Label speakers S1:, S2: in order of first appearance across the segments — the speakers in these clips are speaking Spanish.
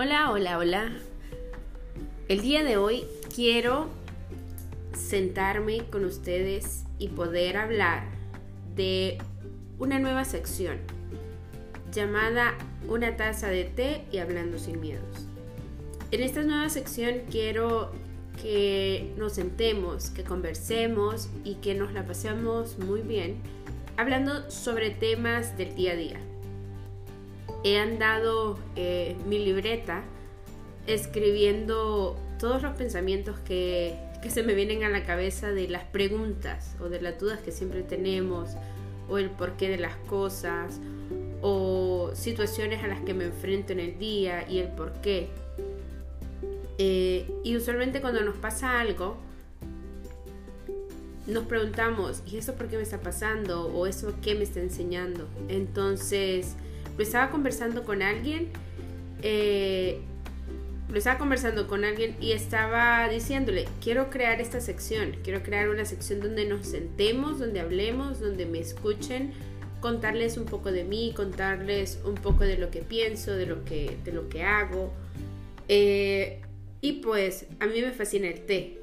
S1: Hola, hola, hola. El día de hoy quiero sentarme con ustedes y poder hablar de una nueva sección llamada Una taza de té y hablando sin miedos. En esta nueva sección quiero que nos sentemos, que conversemos y que nos la pasemos muy bien hablando sobre temas del día a día. He andado mi libreta escribiendo todos los pensamientos que se me vienen a la cabeza de las preguntas o de las dudas que siempre tenemos, o el porqué de las cosas, o situaciones a las que me enfrento en el día y el porqué. Y usualmente cuando nos pasa algo, nos preguntamos, ¿y eso por qué me está pasando? ¿O eso qué me está enseñando? Entonces, lo estaba conversando con alguien y estaba diciéndole, quiero crear esta sección, quiero crear una sección donde nos sentemos, donde hablemos, donde me escuchen, contarles un poco de mí, contarles un poco de lo que pienso, de lo que hago. Y pues a mí me fascina el té.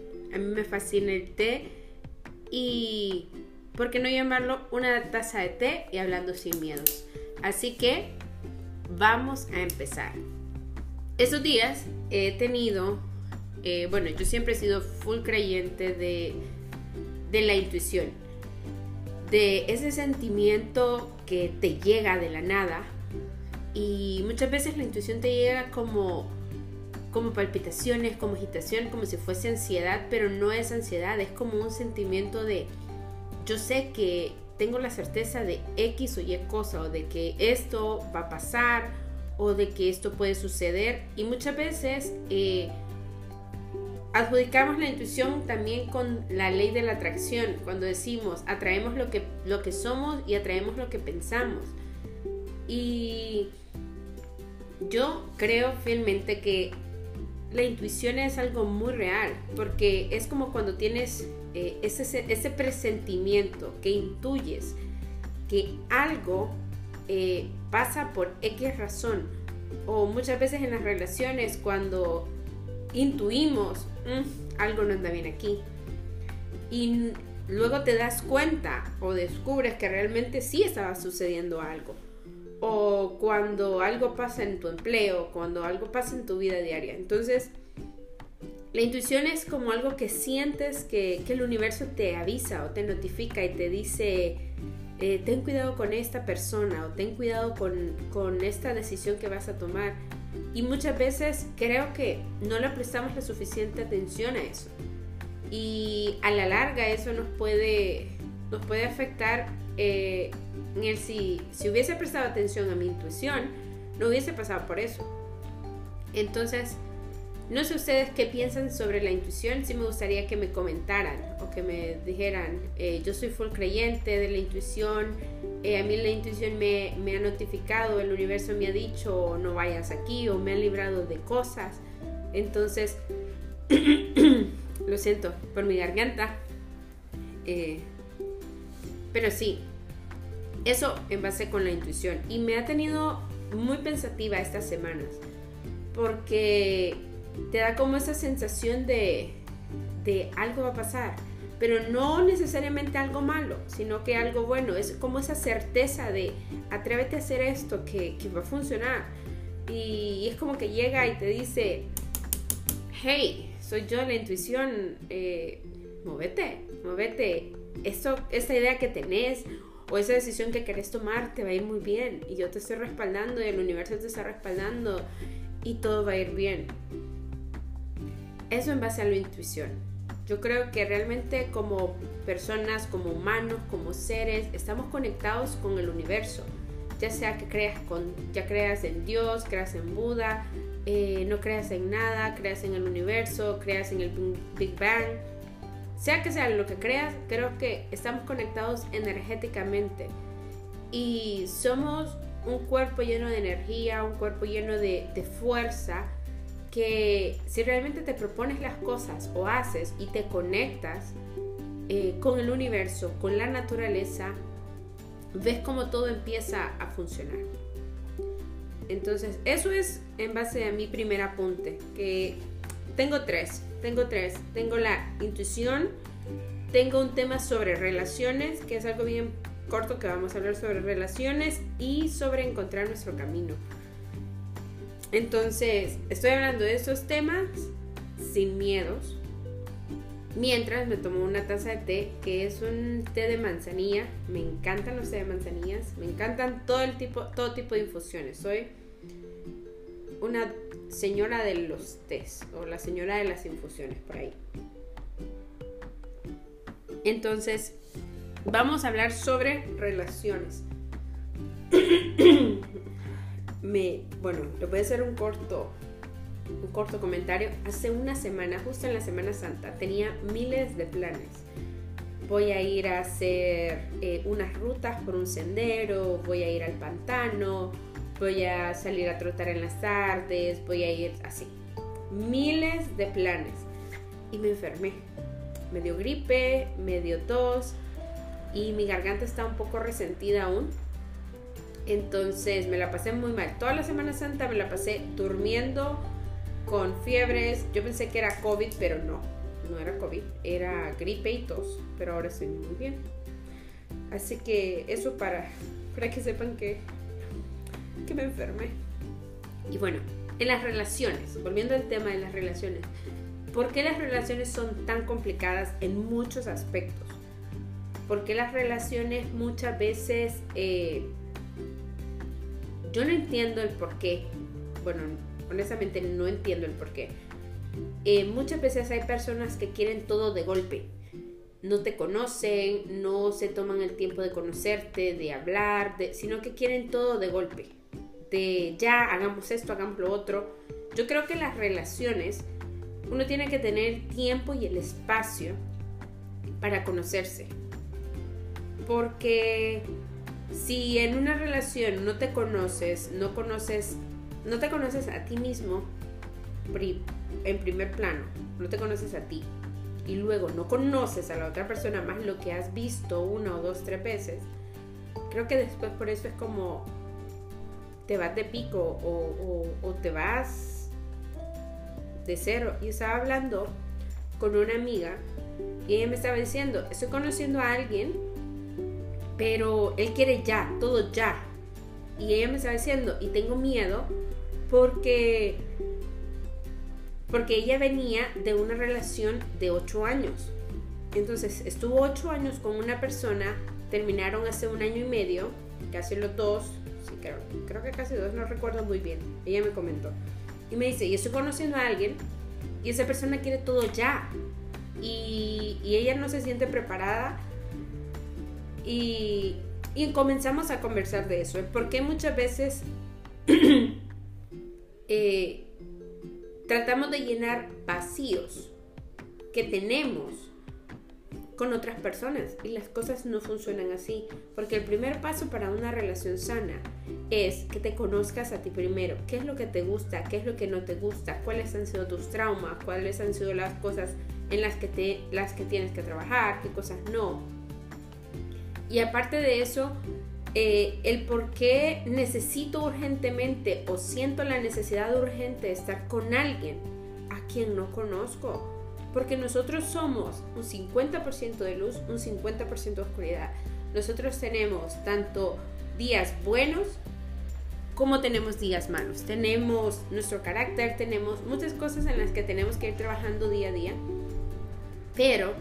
S1: Y ¿por qué no llamarlo una taza de té y hablando sin miedos? Así que vamos a empezar. Estos días he tenido, yo siempre he sido full creyente de la intuición, de ese sentimiento que te llega de la nada, y muchas veces la intuición te llega como palpitaciones, como agitación, como si fuese ansiedad, pero no es ansiedad, es como un sentimiento de yo sé que tengo la certeza de X o Y cosa, o de que esto va a pasar, o de que esto puede suceder. Y muchas veces adjudicamos la intuición también con la ley de la atracción, cuando decimos atraemos lo que somos y atraemos lo que pensamos. Y yo creo fielmente que la intuición es algo muy real, porque es como cuando tienes ese presentimiento que intuyes que algo pasa por X razón, o muchas veces en las relaciones cuando intuimos algo no anda bien aquí, y luego te das cuenta o descubres que realmente sí estaba sucediendo algo, o cuando algo pasa en tu empleo, cuando algo pasa en tu vida diaria. Entonces la intuición es como algo que sientes que el universo te avisa o te notifica y te dice, ten cuidado con esta persona, o ten cuidado con esta decisión que vas a tomar. Y muchas veces creo que no le prestamos la suficiente atención a eso, y a la larga eso nos puede afectar. Si hubiese prestado atención a mi intuición, no hubiese pasado por eso. Entonces, no sé ustedes qué piensan sobre la intuición. Sí me gustaría que me comentaran o que me dijeran, yo soy full creyente de la intuición, a mí la intuición me ha notificado, el universo me ha dicho no vayas aquí, o me ha librado de cosas. Entonces, lo siento por mi garganta, pero sí, eso en base con la intuición. Y me ha tenido muy pensativa estas semanas, porque te da como esa sensación de algo va a pasar, pero no necesariamente algo malo, sino que algo bueno. Es como esa certeza de atrévete a hacer esto que va a funcionar, y es como que llega y te dice, hey, soy yo, la intuición, móvete, esta idea que tenés o esa decisión que querés tomar te va a ir muy bien, y yo te estoy respaldando y el universo te está respaldando y todo va a ir bien. Eso en base a la intuición. Yo creo que realmente como personas, como humanos, como seres, estamos conectados con el universo, ya sea que creas en Dios, creas en Buda, no creas en nada, creas en el universo, creas en el Big Bang, sea que sea lo que creas, creo que estamos conectados energéticamente, y somos un cuerpo lleno de energía, un cuerpo lleno de fuerza, que si realmente te propones las cosas o haces y te conectas con el universo, con la naturaleza, ves cómo todo empieza a funcionar. Entonces, eso es en base a mi primer apunte, que tengo tres. Tengo la intuición, tengo un tema sobre relaciones, que es algo bien corto que vamos a hablar sobre relaciones, y sobre encontrar nuestro camino. Entonces, estoy hablando de estos temas sin miedos, mientras me tomo una taza de té, que es un té de manzanilla. Me encantan los té de manzanillas, me encantan todo tipo de infusiones. Soy una señora de los tés, o la señora de las infusiones, por ahí. Entonces, vamos a hablar sobre relaciones. Le voy a hacer un corto comentario. Hace una semana, justo en la Semana Santa, tenía miles de planes. Voy a ir a hacer unas rutas por un sendero, voy a ir al pantano, voy a salir a trotar en las tardes, voy a ir así. Miles de planes. Y me enfermé. Me dio gripe, me dio tos y mi garganta está un poco resentida aún. Entonces me la pasé muy mal. Toda la Semana Santa me la pasé durmiendo, con fiebres. Yo pensé que era COVID, pero no era COVID, era gripe y tos. Pero ahora estoy muy bien. Así que eso para que sepan que me enfermé. Y bueno, en las relaciones, volviendo al tema de las relaciones, ¿por qué las relaciones son tan complicadas en muchos aspectos? ¿Por qué las relaciones muchas veces yo no entiendo el por qué? Bueno, honestamente no entiendo el por qué. Muchas veces hay personas que quieren todo de golpe. No te conocen, no se toman el tiempo de conocerte, de hablar, sino que quieren todo de golpe. De ya, hagamos esto, hagamos lo otro. Yo creo que las relaciones, uno tiene que tener el tiempo y el espacio para conocerse. Porque si en una relación no te conoces a ti mismo en primer plano, no te conoces a ti, y luego no conoces a la otra persona más lo que has visto 1 o 2, 3 veces, creo que después por eso es como te vas de pico o te vas de cero. Y estaba hablando con una amiga y ella me estaba diciendo, estoy conociendo a alguien, pero él quiere ya, todo ya. Y ella me estaba diciendo, y tengo miedo porque ella venía de una relación de 8 años. Entonces estuvo 8 años con una persona, terminaron hace 1 año y medio, casi los 2, sí, creo que casi 2, no recuerdo muy bien. Ella me comentó y me dice, yo estoy conociendo a alguien y esa persona quiere todo ya, y ella no se siente preparada. Y comenzamos a conversar de eso, porque muchas veces tratamos de llenar vacíos que tenemos con otras personas, y las cosas no funcionan así, porque el primer paso para una relación sana es que te conozcas a ti primero. ¿Qué es lo que te gusta? ¿Qué es lo que no te gusta? ¿Cuáles han sido tus traumas? ¿Cuáles han sido las cosas en las que tienes que trabajar? ¿Qué cosas no? Y aparte de eso, el por qué necesito urgentemente o siento la necesidad urgente de estar con alguien a quien no conozco. Porque nosotros somos un 50% de luz, un 50% de oscuridad. Nosotros tenemos tanto días buenos como tenemos días malos. Tenemos nuestro carácter, tenemos muchas cosas en las que tenemos que ir trabajando día a día. Pero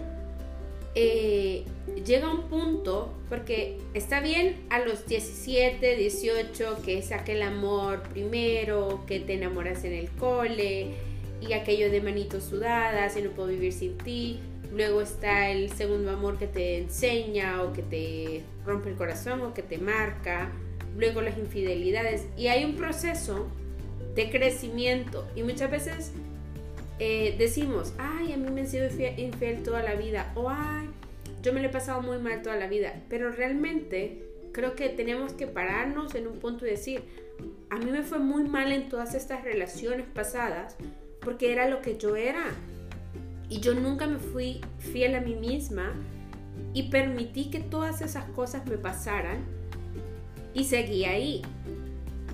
S1: llega un punto, porque está bien a los 17, 18 que es aquel amor primero, que te enamoras en el cole y aquello de manitos sudadas y no puedo vivir sin ti. Luego está el segundo amor que te enseña o que te rompe el corazón o que te marca. Luego las infidelidades, y hay un proceso de crecimiento, y muchas veces decimos, ay, a mí me han sido infiel toda la vida, o ay, yo me lo he pasado muy mal toda la vida. Pero realmente creo que tenemos que pararnos en un punto y decir, a mí me fue muy mal en todas estas relaciones pasadas porque era lo que yo era, y yo nunca me fui fiel a mí misma y permití que todas esas cosas me pasaran y seguí ahí.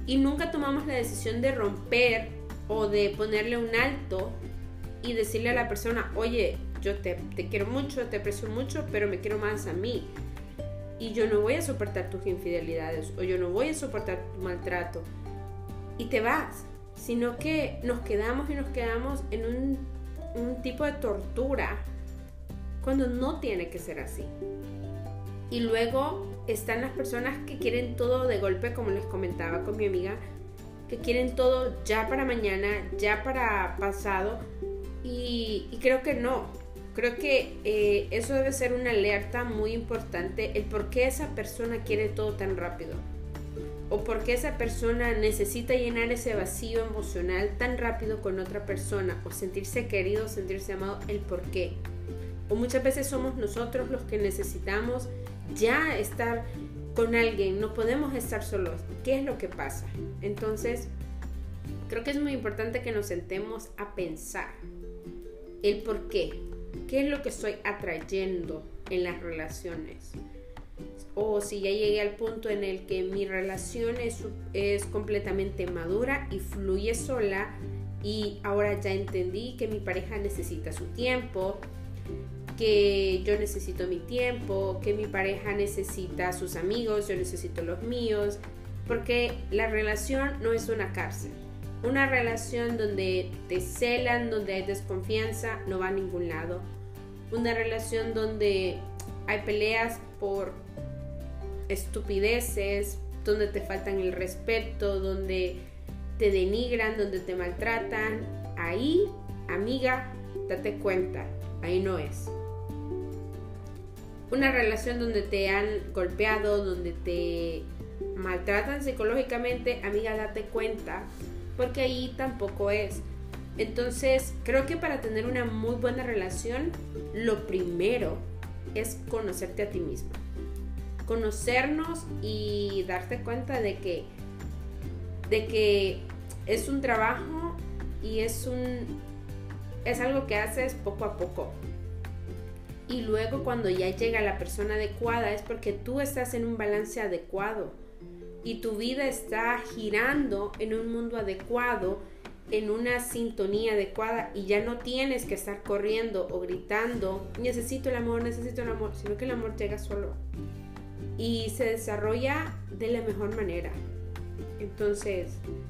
S1: y nunca tomamos la decisión de romper o de ponerle un alto y decirle a la persona, oye, yo te quiero mucho, te aprecio mucho, pero me quiero más a mí y yo no voy a soportar tus infidelidades o yo no voy a soportar tu maltrato, y te vas, sino que nos quedamos en un tipo de tortura cuando no tiene que ser así. Y luego están las personas que quieren todo de golpe, como les comentaba con mi amiga, que quieren todo ya para mañana, ya para pasado, y creo que no. Creo que eso debe ser una alerta muy importante, el por qué esa persona quiere todo tan rápido, o por qué esa persona necesita llenar ese vacío emocional tan rápido con otra persona, o sentirse querido, sentirse amado, el por qué. O muchas veces somos nosotros los que necesitamos ya estar con alguien, no podemos estar solos. ¿Qué es lo que pasa? Entonces, creo que es muy importante que nos sentemos a pensar el por qué. ¿Qué es lo que estoy atrayendo en las relaciones? O si ya llegué al punto en el que mi relación es completamente madura y fluye sola, y ahora ya entendí que mi pareja necesita su tiempo, que yo necesito mi tiempo, que mi pareja necesita sus amigos, yo necesito los míos, porque la relación no es una cárcel. Una relación donde te celan, donde hay desconfianza, no va a ningún lado. Una relación donde hay peleas por estupideces, donde te faltan el respeto, donde te denigran, donde te maltratan, ahí, amiga, date cuenta, ahí no es. Una relación donde te han golpeado, donde te maltratan psicológicamente, amiga, date cuenta, porque ahí tampoco es. Entonces, creo que para tener una muy buena relación, lo primero es conocerte a ti misma. Conocernos y darte cuenta de que es un trabajo y es algo que haces poco a poco. Y luego cuando ya llega la persona adecuada es porque tú estás en un balance adecuado y tu vida está girando en un mundo adecuado, en una sintonía adecuada, y ya no tienes que estar corriendo o gritando necesito el amor, sino que el amor llega solo y se desarrolla de la mejor manera. Entonces,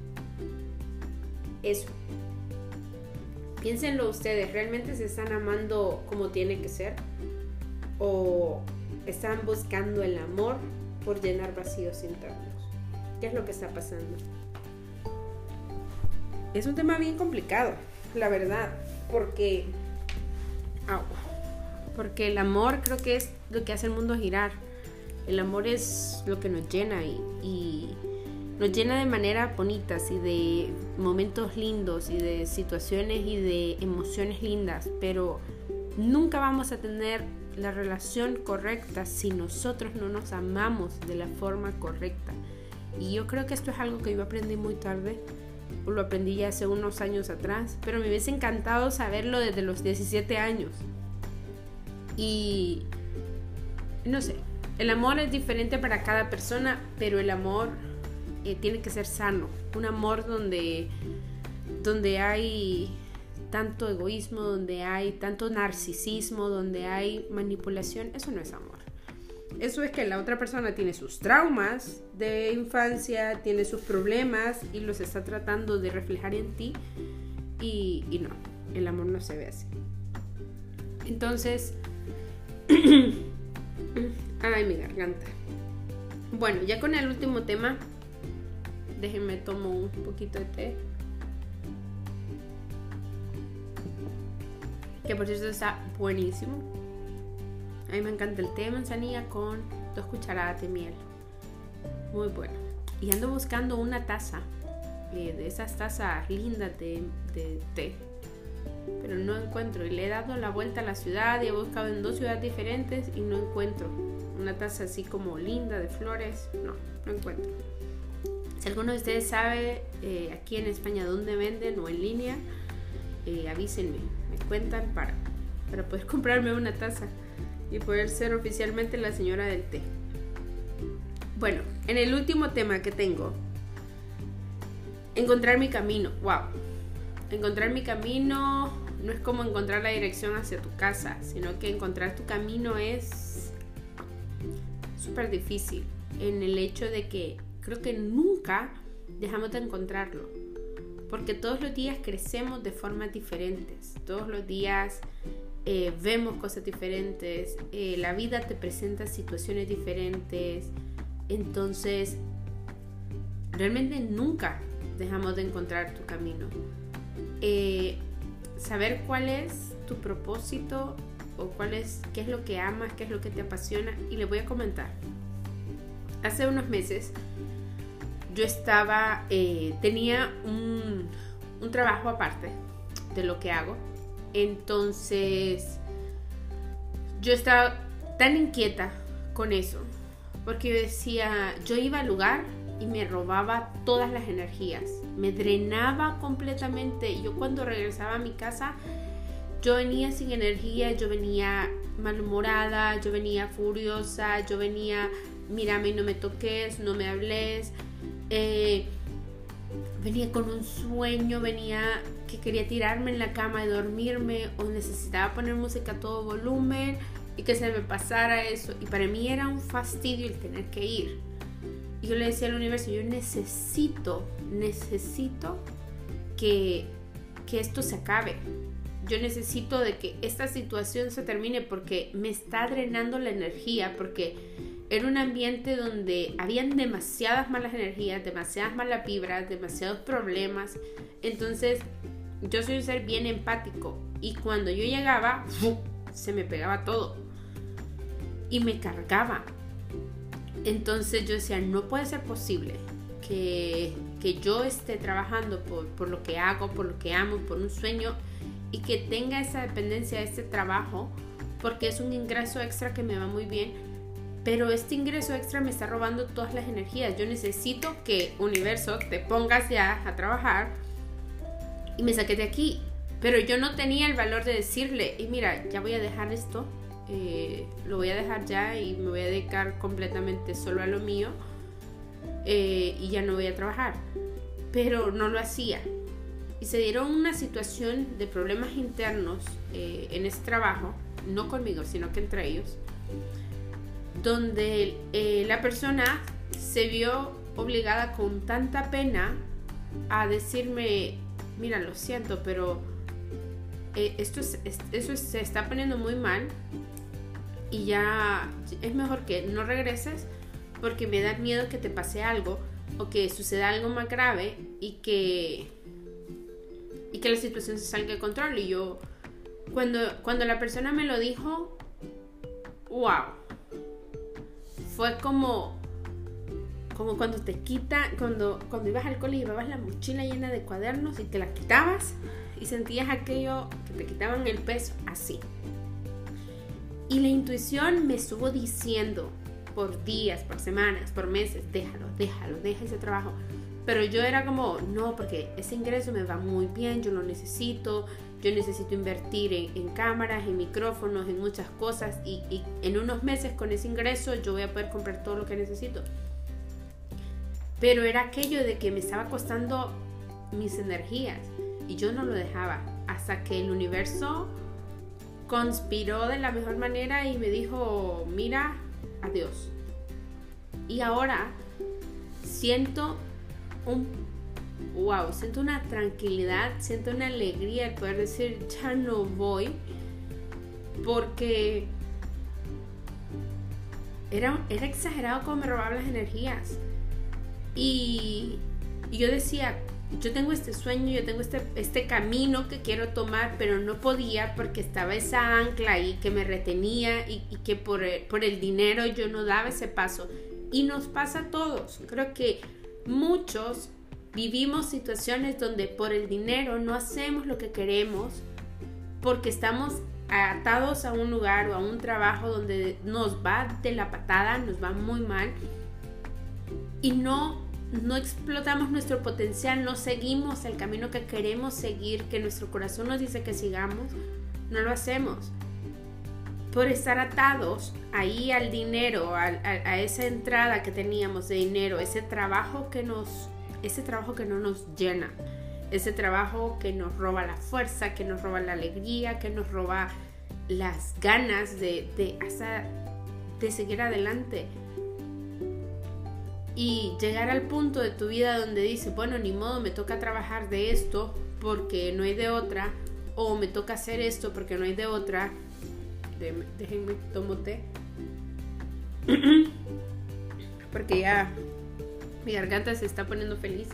S1: eso. Piénsenlo ustedes, ¿realmente se están amando como tiene que ser? ¿O están buscando el amor por llenar vacíos internos? ¿Qué es lo que está pasando? Es un tema bien complicado, la verdad, porque el amor creo que es lo que hace el mundo girar. El amor es lo que nos llena y nos llena de maneras bonitas y de momentos lindos y de situaciones y de emociones lindas, pero nunca vamos a tener la relación correcta si nosotros no nos amamos de la forma correcta. Y yo creo que esto es algo que yo aprendí muy tarde, o lo aprendí ya hace unos años atrás, pero me hubiese encantado saberlo desde los 17 años. Y no sé, el amor es diferente para cada persona, pero el amor tiene que ser sano. Un amor donde hay tanto egoísmo, donde hay tanto narcisismo, donde hay manipulación, eso no es amor. Eso es que la otra persona tiene sus traumas de infancia, tiene sus problemas y los está tratando de reflejar en ti, y no, el amor no se ve así. Entonces, ay, mi garganta. Bueno, ya con el último tema, déjenme tomo un poquito de té, que por cierto está buenísimo. A mí me encanta el té de manzanilla con 2 cucharadas de miel, muy bueno. Y ando buscando una taza de esas tazas lindas de té, pero no encuentro, y le he dado la vuelta a la ciudad y he buscado en 2 ciudades diferentes y no encuentro una taza así como linda de flores. No encuentro. Si alguno de ustedes sabe aquí en España dónde venden o en línea, avísenme, me cuentan para poder comprarme una taza y poder ser oficialmente la señora del té. Bueno, en el último tema que tengo, Encontrar mi camino, wow. Encontrar mi camino no es como encontrar la dirección hacia tu casa, sino que encontrar tu camino es súper difícil, en el hecho de que creo que nunca dejamos de encontrarlo, porque todos los días crecemos de formas diferentes, todos los días vemos cosas diferentes, la vida te presenta situaciones diferentes, entonces realmente nunca dejamos de encontrar tu camino. Saber cuál es tu propósito o qué es lo que amas, qué es lo que te apasiona, y les voy a comentar. Hace unos meses yo tenía un trabajo aparte de lo que hago, entonces yo estaba tan inquieta con eso, porque yo decía, yo iba al lugar y me robaba todas las energías, me drenaba completamente. Yo cuando regresaba a mi casa, yo venía sin energía, yo venía malhumorada, yo venía furiosa, yo venía, mírame y no me toques, no me hables, venía con un sueño, venía que quería tirarme en la cama y dormirme, o necesitaba poner música a todo volumen y que se me pasara eso, y para mí era un fastidio el tener que ir. Y yo le decía al universo, yo necesito que esto se acabe. Yo necesito de que esta situación se termine, porque me está drenando la energía, porque era un ambiente donde habían demasiadas malas energías, demasiadas malas vibras, demasiados problemas. Entonces yo soy un ser bien empático, y cuando yo llegaba, se me pegaba todo y me cargaba. Entonces yo decía, no puede ser posible que yo esté trabajando por lo que hago, por lo que amo, por un sueño, y que tenga esa dependencia de este trabajo, porque es un ingreso extra que me va muy bien, pero este ingreso extra me está robando todas las energías. Yo necesito que, universo, te pongas ya a trabajar y me saques de aquí. Pero yo no tenía el valor de decirle, y mira, ya voy a dejar esto, lo voy a dejar ya y me voy a dedicar completamente solo a lo mío, y ya no voy a trabajar. Pero no lo hacía, y se dieron una situación de problemas internos en ese trabajo, no conmigo sino que entre ellos, donde la persona se vio obligada con tanta pena a decirme, mira, lo siento, pero eso se está poniendo muy mal, y ya es mejor que no regreses, porque me da miedo que te pase algo, o que suceda algo más grave, y que la situación se salga de control. Y yo, cuando la persona me lo dijo, wow, fue como cuando te cuando ibas al cole y llevabas la mochila llena de cuadernos y te la quitabas y sentías aquello que te quitaban el peso, así. Y la intuición me estuvo diciendo por días, por semanas, por meses, deja ese trabajo. Pero yo era como, no, porque ese ingreso me va muy bien, yo lo necesito, yo necesito invertir en cámaras, en micrófonos, en muchas cosas, y en unos meses con ese ingreso yo voy a poder comprar todo lo que necesito. Pero era aquello de que me estaba costando mis energías, y yo no lo dejaba, hasta que el universo conspiró de la mejor manera y me dijo, mira, adiós. Y ahora siento siento una tranquilidad, siento una alegría el poder decir, ya no voy, porque era exagerado cómo me robaban las energías. Y yo decía, yo tengo este sueño, yo tengo este camino que quiero tomar, pero no podía, porque estaba esa ancla ahí que me retenía, y que por el dinero yo no daba ese paso. Y nos pasa a todos. Creo que muchos vivimos situaciones donde por el dinero no hacemos lo que queremos, porque estamos atados a un lugar o a un trabajo donde nos va de la patada, nos va muy mal, y no explotamos nuestro potencial, no seguimos el camino que queremos seguir, que nuestro corazón nos dice que sigamos, no lo hacemos. Por estar atados ahí al dinero, a esa entrada que teníamos de dinero, ese trabajo que nos ese trabajo que no nos llena, ese trabajo que nos roba la fuerza, que nos roba la alegría, que nos roba las ganas de seguir adelante. Y llegar al punto de tu vida donde dices, bueno, ni modo, me toca trabajar de esto porque no hay de otra, o me toca hacer esto porque no hay de otra. Déjenme tomo té porque ya mi garganta se está poniendo feliz.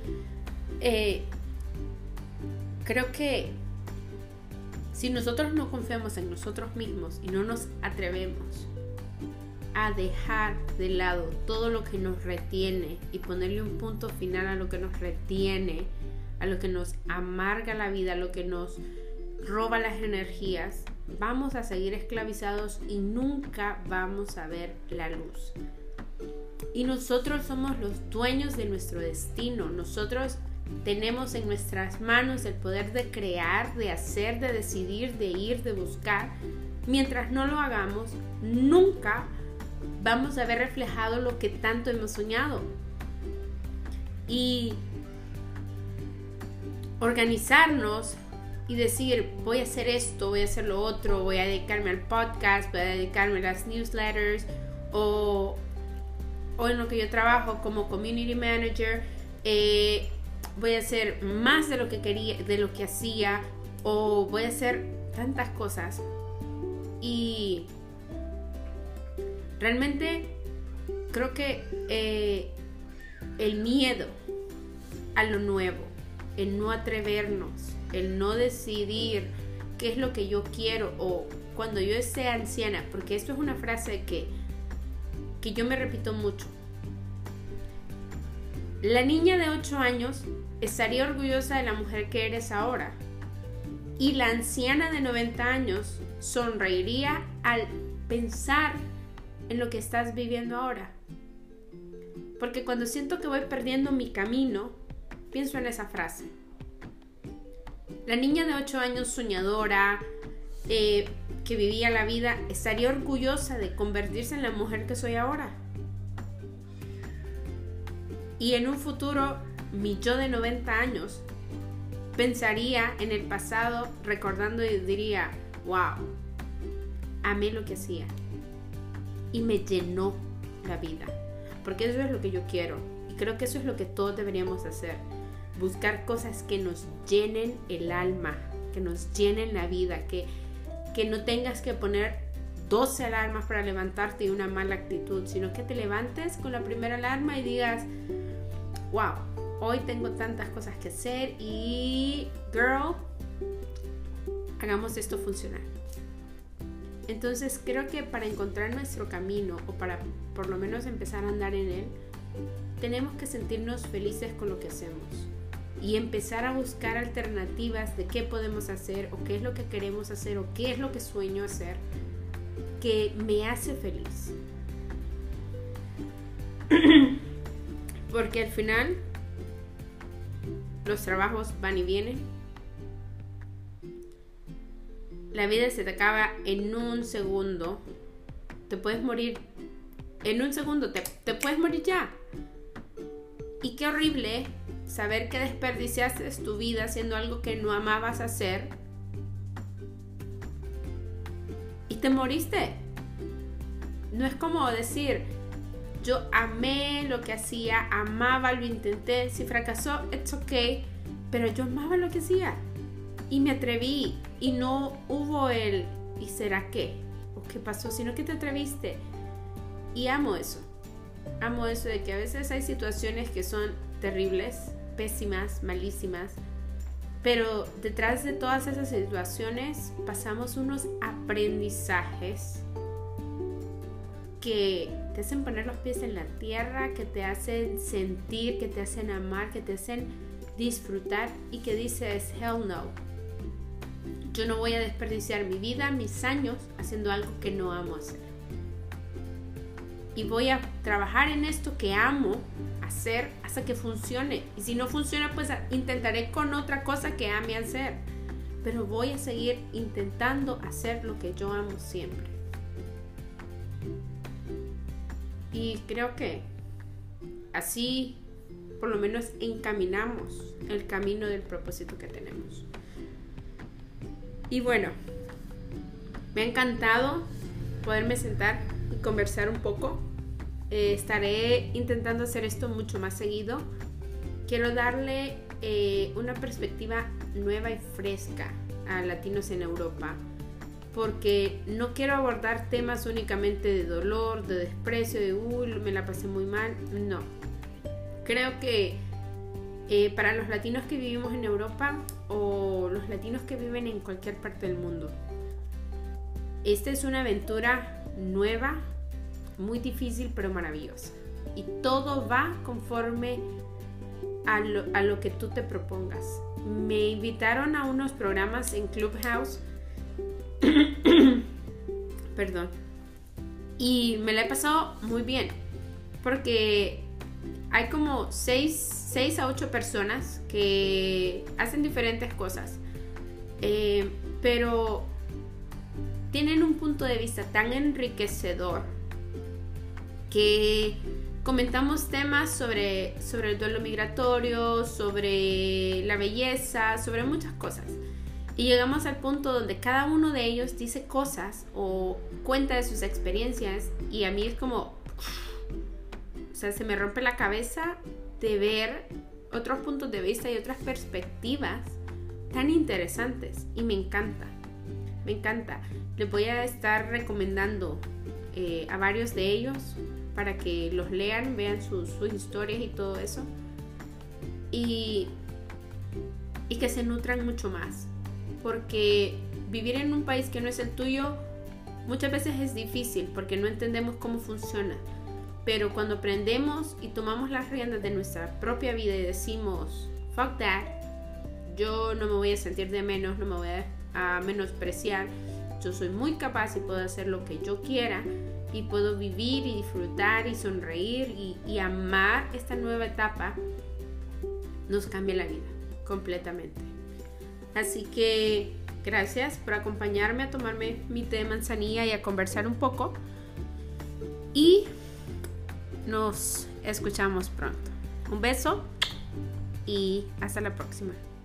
S1: Creo que si nosotros no confiamos en nosotros mismos y no nos atrevemos a dejar de lado todo lo que nos retiene y ponerle un punto final a lo que nos retiene, a lo que nos amarga la vida, a lo que nos roba las energías, vamos a seguir esclavizados y nunca vamos a ver la luz. Y nosotros somos los dueños de nuestro destino. Nosotros tenemos en nuestras manos el poder de crear, de hacer, de decidir, de ir, de buscar. Mientras no lo hagamos, nunca vamos a ver reflejado lo que tanto hemos soñado. Y organizarnos y decir, voy a hacer esto, voy a hacer lo otro, voy a dedicarme al podcast, voy a dedicarme a las newsletters, o en lo que yo trabajo como community manager, voy a hacer más de lo que quería, de lo que hacía, o voy a hacer tantas cosas. Y realmente creo que el miedo a lo nuevo, el no atrevernos, el no decidir qué es lo que yo quiero, o cuando yo sea anciana, porque esto es una frase que yo me repito mucho. La niña de 8 años estaría orgullosa de la mujer que eres ahora, y la anciana de 90 años sonreiría al pensar en lo que estás viviendo ahora. Porque cuando siento que voy perdiendo mi camino, pienso en esa frase. La niña de 8 años soñadora, que vivía la vida, estaría orgullosa de convertirse en la mujer que soy ahora. Y en un futuro, mi yo de 90 años pensaría en el pasado, recordando, y diría, wow, amé lo que hacía y me llenó la vida, porque eso es lo que yo quiero, y creo que eso es lo que todos deberíamos hacer: buscar cosas que nos llenen el alma, que nos llenen la vida, que no tengas que poner 12 alarmas para levantarte y una mala actitud, sino que te levantes con la primera alarma y digas, wow, hoy tengo tantas cosas que hacer y girl, hagamos esto funcionar. Entonces creo que para encontrar nuestro camino, o para por lo menos empezar a andar en él, tenemos que sentirnos felices con lo que hacemos y empezar a buscar alternativas de qué podemos hacer, o qué es lo que queremos hacer, o qué es lo que sueño hacer que me hace feliz. Porque al final los trabajos van y vienen, la vida se te acaba en un segundo, te puedes morir en un segundo, te puedes morir ya. Y qué horrible saber que desperdiciaste tu vida haciendo algo que no amabas hacer y te moriste. No es como decir, yo amé lo que hacía, amaba, lo intenté, si fracasó, it's okay, pero yo amaba lo que hacía y me atreví, y no hubo el ¿y será qué? ¿O qué pasó? Sino que te atreviste. Y amo eso de que a veces hay situaciones que son terribles, pésimas, malísimas, pero detrás de todas esas situaciones pasamos unos aprendizajes que te hacen poner los pies en la tierra, que te hacen sentir, que te hacen amar, que te hacen disfrutar, y que dices, hell no, yo no voy a desperdiciar mi vida, mis años haciendo algo que no amo hacer, y voy a trabajar en esto que amo hacer hasta que funcione, y si no funciona, pues intentaré con otra cosa que ame hacer, pero voy a seguir intentando hacer lo que yo amo siempre. Y creo que así por lo menos encaminamos el camino del propósito que tenemos. Y bueno, me ha encantado poderme sentar y conversar un poco. Estaré intentando hacer esto mucho más seguido. Quiero darle una perspectiva nueva y fresca a latinos en Europa, porque no quiero abordar temas únicamente de dolor, de desprecio, de me la pasé muy mal. No, creo que para los latinos que vivimos en Europa o los latinos que viven en cualquier parte del mundo, esta es una aventura nueva, muy difícil pero maravillosa, y todo va conforme a lo que tú te propongas. Me invitaron a unos programas en Clubhouse perdón, y me la he pasado muy bien, porque hay como 6 a 8 personas que hacen diferentes cosas, pero tienen un punto de vista tan enriquecedor que comentamos temas sobre el duelo migratorio, sobre la belleza, sobre muchas cosas. Y llegamos al punto donde cada uno de ellos dice cosas o cuenta de sus experiencias, y a mí es como, o sea, se me rompe la cabeza de ver otros puntos de vista y otras perspectivas tan interesantes, y me encanta. Les voy a estar recomendando a varios de ellos para que los lean, vean sus historias y todo eso, y que se nutran mucho más, porque vivir en un país que no es el tuyo muchas veces es difícil porque no entendemos cómo funciona, pero cuando aprendemos y tomamos las riendas de nuestra propia vida y decimos fuck that, yo no me voy a sentir de menos, no me voy a menospreciar, yo soy muy capaz y puedo hacer lo que yo quiera, y puedo vivir y disfrutar y sonreír y amar esta nueva etapa, nos cambia la vida completamente. Así que gracias por acompañarme a tomarme mi té de manzanilla y a conversar un poco, y nos escuchamos pronto. Un beso y hasta la próxima.